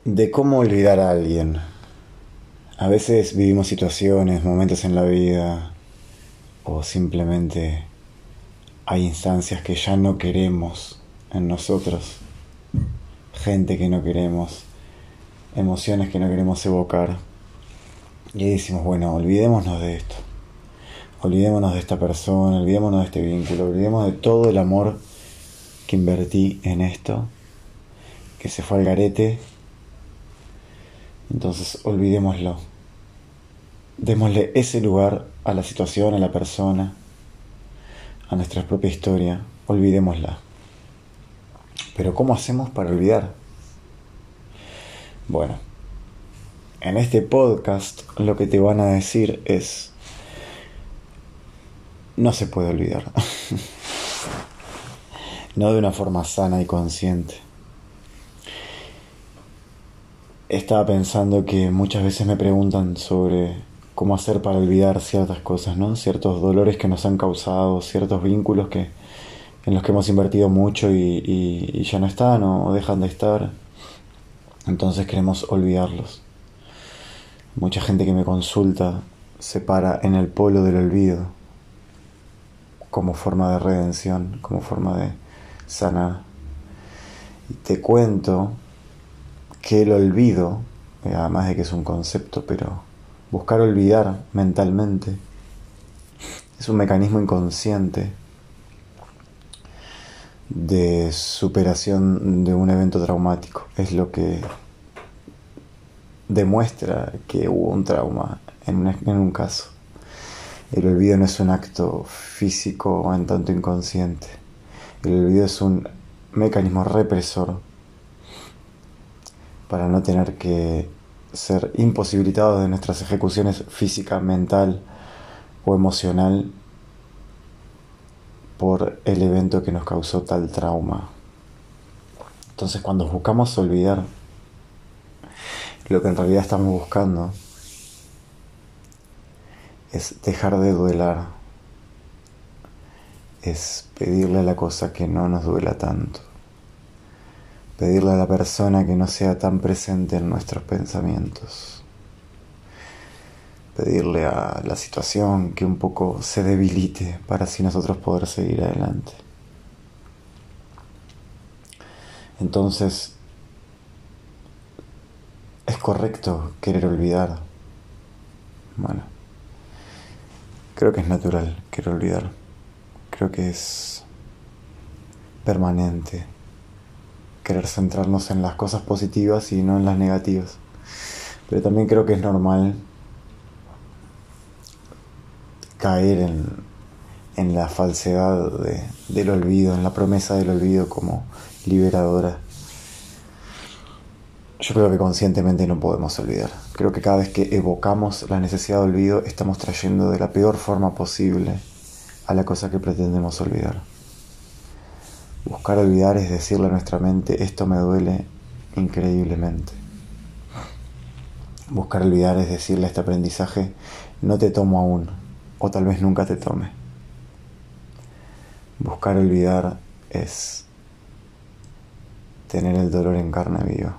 De cómo olvidar a alguien. A veces vivimos situaciones, momentos en la vida, o simplemente hay instancias que ya no queremos en nosotros, gente que no queremos, emociones que no queremos evocar. Y ahí decimos, bueno, olvidémonos de esto, olvidémonos de esta persona, olvidémonos de este vínculo, olvidémonos de todo el amor que invertí en esto, que se fue al garete. Entonces olvidémoslo. Démosle ese lugar a la situación, a la persona, a nuestra propia historia. Olvidémosla. Pero ¿cómo hacemos para olvidar? Bueno, en este podcast lo que te van a decir es: no se puede olvidar. No de una forma sana y consciente. Estaba pensando que muchas veces me preguntan sobre cómo hacer para olvidar ciertas cosas, ¿no? Ciertos dolores que nos han causado, ciertos vínculos en los que hemos invertido mucho y ya no están o dejan de estar. Entonces queremos olvidarlos. Mucha gente que me consulta se para en el polo del olvido como forma de redención, como forma de sanar. Y te cuento que el olvido, además de que es un concepto, pero buscar olvidar mentalmente es un mecanismo inconsciente de superación de un evento traumático. Es lo que demuestra que hubo un trauma en un caso. El olvido no es un acto físico o en tanto inconsciente. El olvido es un mecanismo represor para no tener que ser imposibilitados de nuestras ejecuciones física, mental o emocional por el evento que nos causó tal trauma. Entonces, cuando buscamos olvidar, lo que en realidad estamos buscando es dejar de duelar, es pedirle a la cosa que no nos duela tanto, pedirle a la persona que no sea tan presente en nuestros pensamientos, pedirle a la situación que un poco se debilite para así nosotros poder seguir adelante. Entonces, ¿es correcto querer olvidar? Bueno, creo que es natural querer olvidar. Creo que es permanente querer centrarnos en las cosas positivas y no en las negativas. Pero también creo que es normal caer en la falsedad del olvido, en la promesa del olvido como liberadora. Yo creo que conscientemente no podemos olvidar. Creo que cada vez que evocamos la necesidad de olvido, estamos trayendo de la peor forma posible a la cosa que pretendemos olvidar. Buscar olvidar es decirle a nuestra mente: esto me duele increíblemente. Buscar olvidar es decirle a este aprendizaje: no te tomo aún, o tal vez nunca te tome. Buscar olvidar es tener el dolor en carne viva.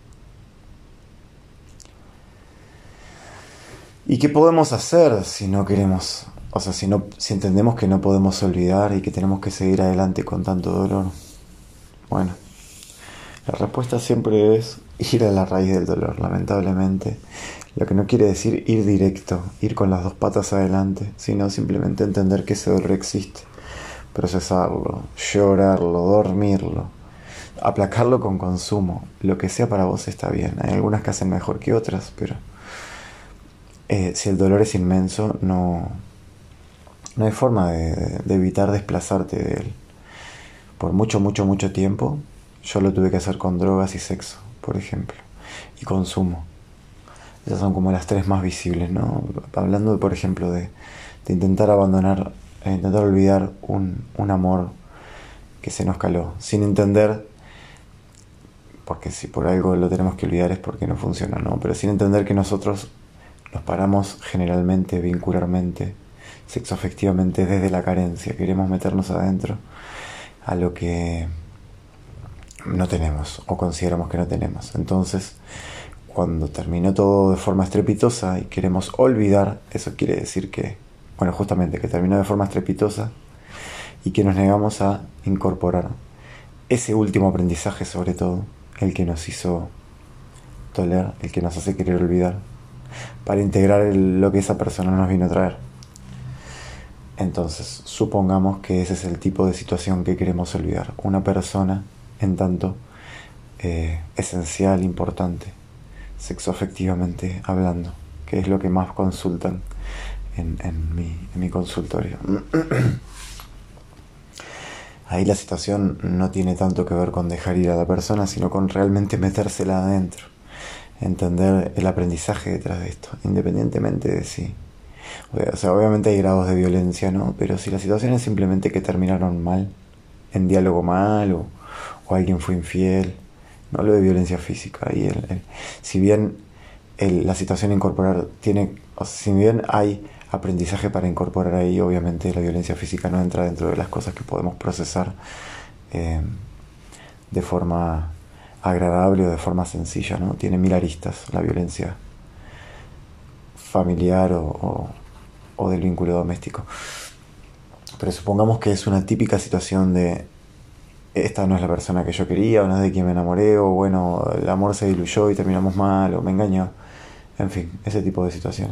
¿Y qué podemos hacer si no queremos? O sea, si entendemos que no podemos olvidar y que tenemos que seguir adelante con tanto dolor. Bueno, la respuesta siempre es ir a la raíz del dolor, lamentablemente. Lo que no quiere decir ir directo, ir con las dos patas adelante, sino simplemente entender que ese dolor existe, procesarlo, llorarlo, dormirlo, aplacarlo con consumo. Lo que sea para vos está bien. Hay algunas que hacen mejor que otras, pero si el dolor es inmenso, no hay forma de evitar desplazarte de él. Por mucho tiempo, yo lo tuve que hacer con drogas y sexo, por ejemplo, y consumo. Esas son como las tres más visibles, ¿no? Hablando, por ejemplo, de intentar abandonar, intentar olvidar un amor que se nos caló, sin entender, porque si por algo lo tenemos que olvidar es porque no funciona, ¿no? Pero sin entender que nosotros nos paramos generalmente, vincularmente, sexoafectivamente, desde la carencia. Queremos meternos adentro a lo que no tenemos o consideramos que no tenemos. Entonces, cuando terminó todo de forma estrepitosa y queremos olvidar, eso quiere decir que, bueno, justamente que terminó de forma estrepitosa y que nos negamos a incorporar ese último aprendizaje, sobre todo, el que nos hizo doler, el que nos hace querer olvidar, para integrar lo que esa persona nos vino a traer. Entonces, supongamos que ese es el tipo de situación que queremos olvidar. Una persona, en tanto, esencial, importante, sexoafectivamente hablando, que es lo que más consultan en mi consultorio. Ahí la situación no tiene tanto que ver con dejar ir a la persona, sino con realmente metérsela adentro, entender el aprendizaje detrás de esto, independientemente de si... O sea, obviamente hay grados de violencia, ¿no? Pero si la situación es simplemente que terminaron mal, en diálogo mal, o alguien fue infiel, no hablo de violencia física. Y si bien la situación a incorporar tiene... O sea, si bien hay aprendizaje para incorporar ahí, obviamente la violencia física no entra dentro de las cosas que podemos procesar de forma agradable o de forma sencilla, ¿no? Tiene 1000 aristas la violencia familiar o del vínculo doméstico. Pero supongamos que es una típica situación de esta no es la persona que yo quería, o no es de quien me enamoré, o bueno, el amor se diluyó y terminamos mal, o me engañó. En fin, ese tipo de situaciones.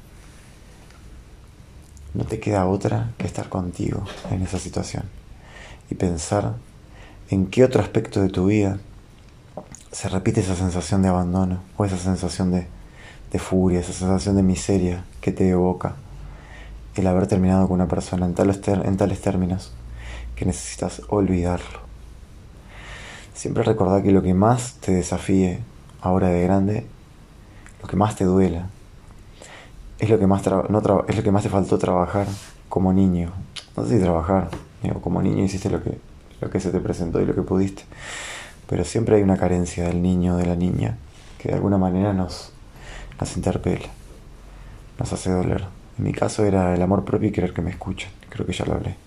No te queda otra que estar contigo en esa situación y pensar en qué otro aspecto de tu vida se repite esa sensación de abandono o esa sensación de furia, esa sensación de miseria que te evoca el haber terminado con una persona en tales términos que necesitas olvidarlo. Siempre recordá que lo que más te desafíe ahora de grande, lo que más te duela, es lo que más es lo que más te faltó trabajar como niño. No sé si trabajar, digo, como niño hiciste lo que se te presentó y lo que pudiste, pero siempre hay una carencia del niño o de la niña que de alguna manera nos interpela, nos hace doler. En mi caso era el amor propio y querer que me escuchen. Creo que ya lo hablé.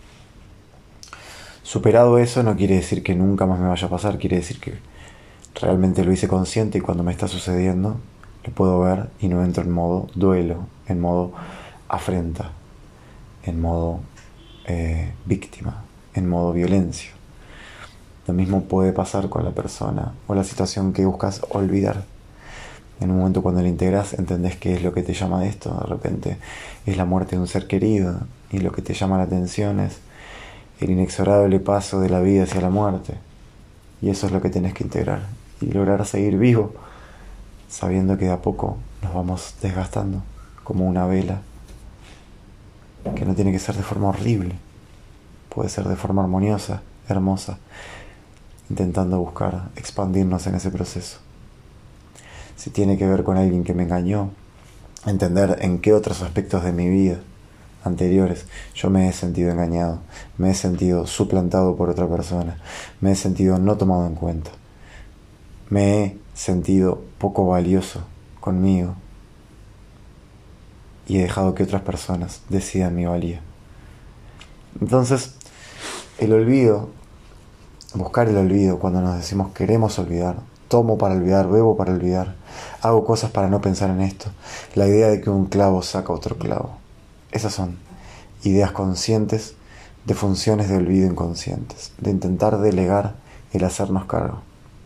Superado eso no quiere decir que nunca más me vaya a pasar, quiere decir que realmente lo hice consciente y cuando me está sucediendo lo puedo ver y no entro en modo duelo, en modo afrenta, en modo víctima, en modo violencia. Lo mismo puede pasar con la persona o la situación que buscas olvidar. En un momento cuando lo integras entendés qué es lo que te llama de esto. De repente es la muerte de un ser querido y lo que te llama la atención es el inexorable paso de la vida hacia la muerte. Y eso es lo que tenés que integrar y lograr seguir vivo, sabiendo que de a poco nos vamos desgastando como una vela, que no tiene que ser de forma horrible, puede ser de forma armoniosa, hermosa, intentando buscar expandirnos en ese proceso. Si tiene que ver con alguien que me engañó, entender en qué otros aspectos de mi vida anteriores yo me he sentido engañado, me he sentido suplantado por otra persona, me he sentido no tomado en cuenta, me he sentido poco valioso conmigo y he dejado que otras personas decidan mi valía. Entonces, el olvido, buscar el olvido cuando nos decimos queremos olvidar, tomo para olvidar, bebo para olvidar, hago cosas para no pensar en esto, la idea de que un clavo saca otro clavo. Esas son ideas conscientes de funciones de olvido inconscientes, de intentar delegar el hacernos cargo.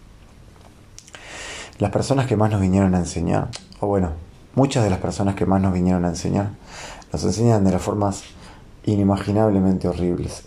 Las personas que más nos vinieron a enseñar, o bueno, muchas de las personas que más nos vinieron a enseñar, nos enseñan de las formas inimaginablemente horribles.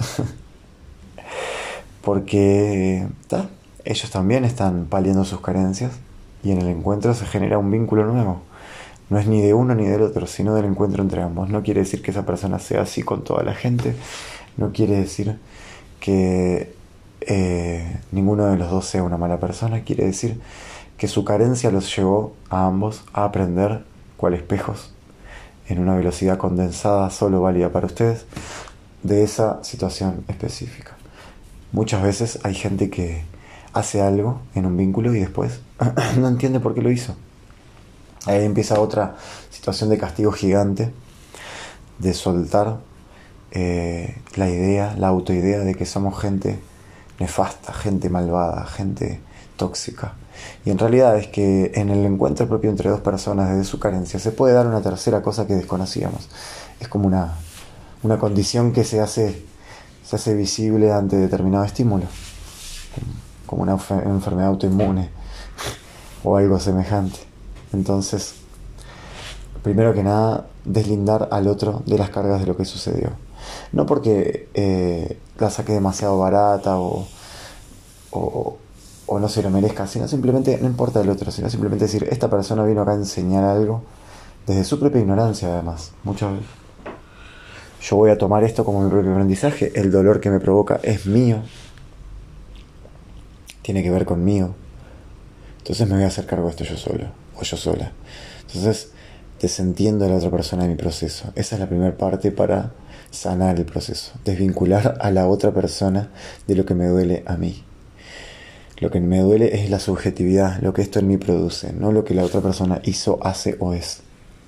Porque ellos también están paliando sus carencias y en el encuentro se genera un vínculo nuevo. No es ni de uno ni del otro, sino del encuentro entre ambos. No quiere decir que esa persona sea así con toda la gente. No quiere decir que ninguno de los dos sea una mala persona. Quiere decir que su carencia los llevó a ambos a aprender cual espejos, en una velocidad condensada solo válida para ustedes, de esa situación específica. Muchas veces hay gente que hace algo en un vínculo y después no entiende por qué lo hizo. Ahí empieza otra situación de castigo gigante, de soltar la autoidea de que somos gente nefasta, gente malvada, gente tóxica. Y en realidad es que en el encuentro propio entre dos personas desde su carencia se puede dar una tercera cosa que desconocíamos. Es como una condición que se hace visible ante determinado estímulo, como una enfermedad autoinmune o algo semejante. Entonces, primero que nada, deslindar al otro de las cargas de lo que sucedió. No porque la saque demasiado barata o no se lo merezca, sino simplemente, no importa el otro, sino simplemente decir, esta persona vino acá a enseñar algo desde su propia ignorancia, además. Muchas veces yo voy a tomar esto como mi propio aprendizaje, el dolor que me provoca es mío, tiene que ver conmigo, entonces me voy a hacer cargo de esto yo solo o yo sola. Entonces desentiendo a la otra persona de mi proceso. Esa es la primera parte para sanar el proceso, desvincular a la otra persona de lo que me duele a mí. Lo que me duele es la subjetividad, lo que esto en mí produce, no lo que la otra persona hizo, hace o es.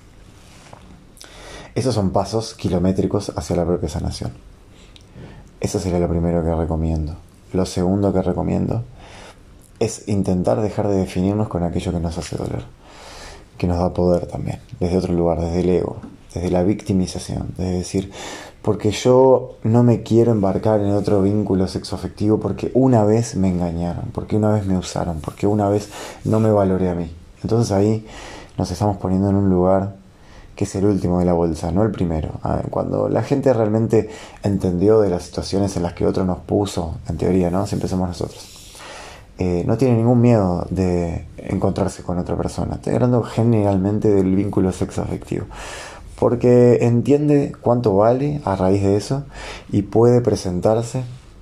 Esos son pasos kilométricos hacia la propia sanación. Eso sería lo primero que recomiendo. Lo segundo que recomiendo es intentar dejar de definirnos con aquello que nos hace doler, que nos da poder también, desde otro lugar, desde el ego, desde la victimización, de decir, porque yo no me quiero embarcar en otro vínculo sexoafectivo porque una vez me engañaron, porque una vez me usaron, porque una vez no me valoré a mí. Entonces ahí nos estamos poniendo en un lugar que es el último de la bolsa, no el primero. Cuando la gente realmente entendió de las situaciones en las que otro nos puso, en teoría, ¿no? Siempre somos nosotros. No tiene ningún miedo de encontrarse con otra persona. Estoy hablando generalmente del vínculo sexoafectivo, porque entiende cuánto vale a raíz de eso y puede presentarse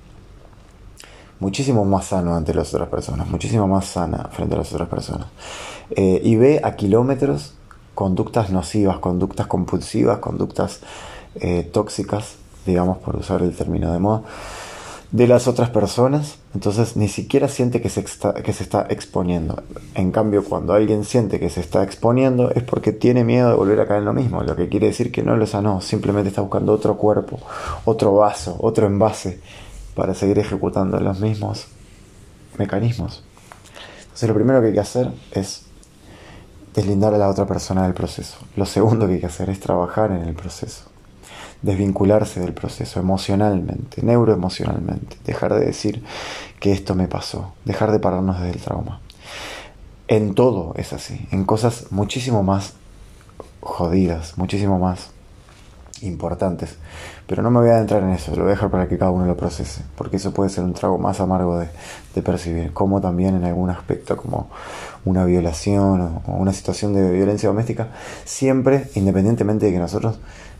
muchísimo más sano ante las otras personas, muchísimo más sana frente a las otras personas, y ve a kilómetros conductas nocivas, conductas compulsivas, conductas tóxicas, digamos, por usar el término de moda, de las otras personas. Entonces ni siquiera siente que se está exponiendo. En cambio, cuando alguien siente que se está exponiendo es porque tiene miedo de volver a caer en lo mismo, lo que quiere decir que no lo sanó, simplemente está buscando otro cuerpo, otro vaso, otro envase para seguir ejecutando los mismos mecanismos. Entonces lo primero que hay que hacer es deslindar a la otra persona del proceso. Lo segundo que hay que hacer es trabajar en el proceso, desvincularse del proceso emocionalmente, neuroemocionalmente, dejar de decir que esto me pasó, dejar de pararnos desde el trauma. En todo es así, en cosas muchísimo más jodidas, muchísimo más importantes, pero no me voy a adentrar en eso, lo voy a dejar para que cada uno lo procese, porque eso puede ser un trago más amargo de percibir, como también en algún aspecto como una violación o una situación de violencia doméstica, siempre, independientemente de que nosotros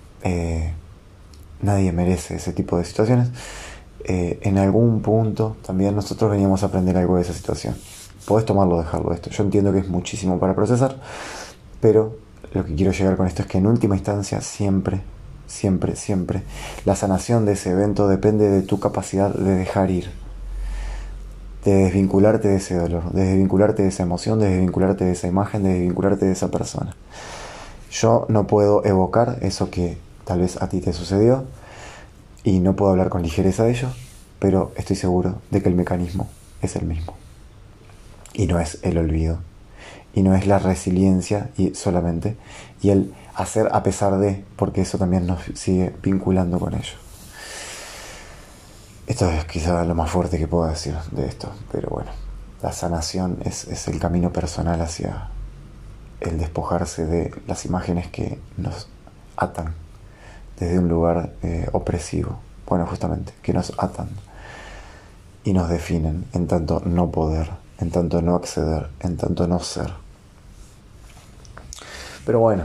nadie merece ese tipo de situaciones, en algún punto también nosotros veníamos a aprender algo de esa situación. Podés tomarlo o dejarlo esto, yo entiendo que es muchísimo para procesar, pero lo que quiero llegar con esto es que en última instancia siempre la sanación de ese evento depende de tu capacidad de dejar ir, de desvincularte de ese dolor, de desvincularte de esa emoción, de desvincularte de esa imagen, de desvincularte de esa persona. Yo no puedo evocar eso que tal vez a ti te sucedió y no puedo hablar con ligereza de ello, pero estoy seguro de que el mecanismo es el mismo y no es el olvido y no es la resiliencia y solamente y el hacer a pesar de, porque eso también nos sigue vinculando con ello. Esto es quizá lo más fuerte que puedo decir de esto, pero bueno, la sanación es el camino personal hacia el despojarse de las imágenes que nos atan desde un lugar opresivo, bueno, justamente, que nos atan y nos definen en tanto no poder, en tanto no acceder, en tanto no ser. Pero bueno,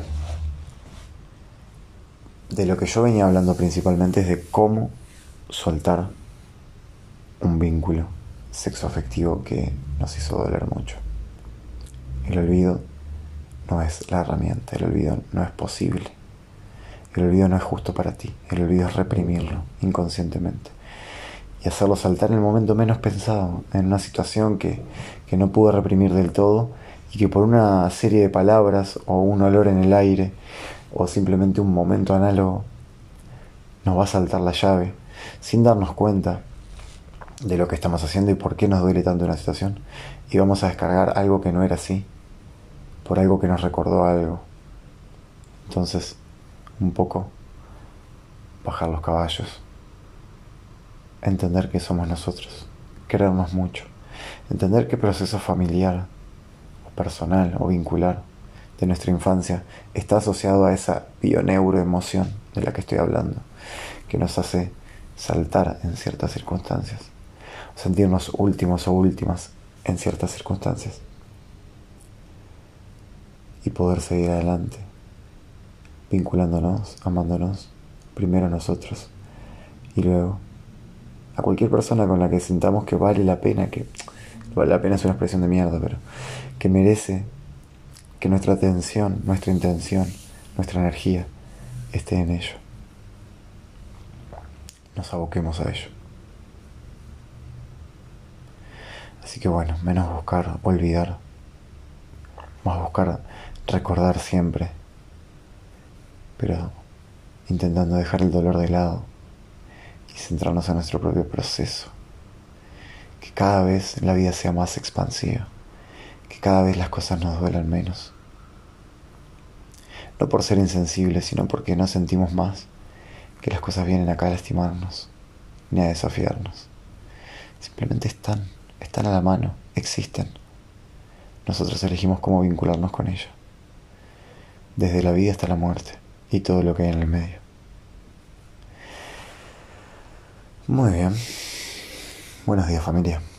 de lo que yo venía hablando principalmente es de cómo soltar un vínculo sexoafectivo que nos hizo doler mucho. El olvido no es la herramienta, el olvido no es posible. El olvido no es justo para ti, el olvido es reprimirlo inconscientemente y hacerlo saltar en el momento menos pensado, en una situación que no pude reprimir del todo y que por una serie de palabras o un olor en el aire o simplemente un momento análogo nos va a saltar la llave sin darnos cuenta de lo que estamos haciendo y por qué nos duele tanto una situación. Y vamos a descargar algo que no era así, por algo que nos recordó algo. Entonces, un poco, bajar los caballos, entender que somos nosotros, querernos mucho, entender que proceso familiar, o personal o vincular de nuestra infancia está asociado a esa bioneuroemoción de la que estoy hablando, que nos hace saltar en ciertas circunstancias, sentirnos últimos o últimas en ciertas circunstancias y poder seguir adelante, vinculándonos, amándonos, primero a nosotros y luego a cualquier persona con la que sintamos que vale la pena, que vale la pena es una expresión de mierda, pero que merece que nuestra atención, nuestra intención, nuestra energía esté en ello. Nos aboquemos a ello. Así que bueno, menos buscar olvidar, más buscar recordar siempre, pero intentando dejar el dolor de lado y centrarnos en nuestro propio proceso. Que cada vez la vida sea más expansiva, que cada vez las cosas nos duelan menos. No por ser insensibles, sino porque no sentimos más que las cosas vienen acá a lastimarnos, ni a desafiarnos. Simplemente están a la mano, existen. Nosotros elegimos cómo vincularnos con ella. Desde la vida hasta la muerte y todo lo que hay en el medio. Muy bien. Buenos días, familia.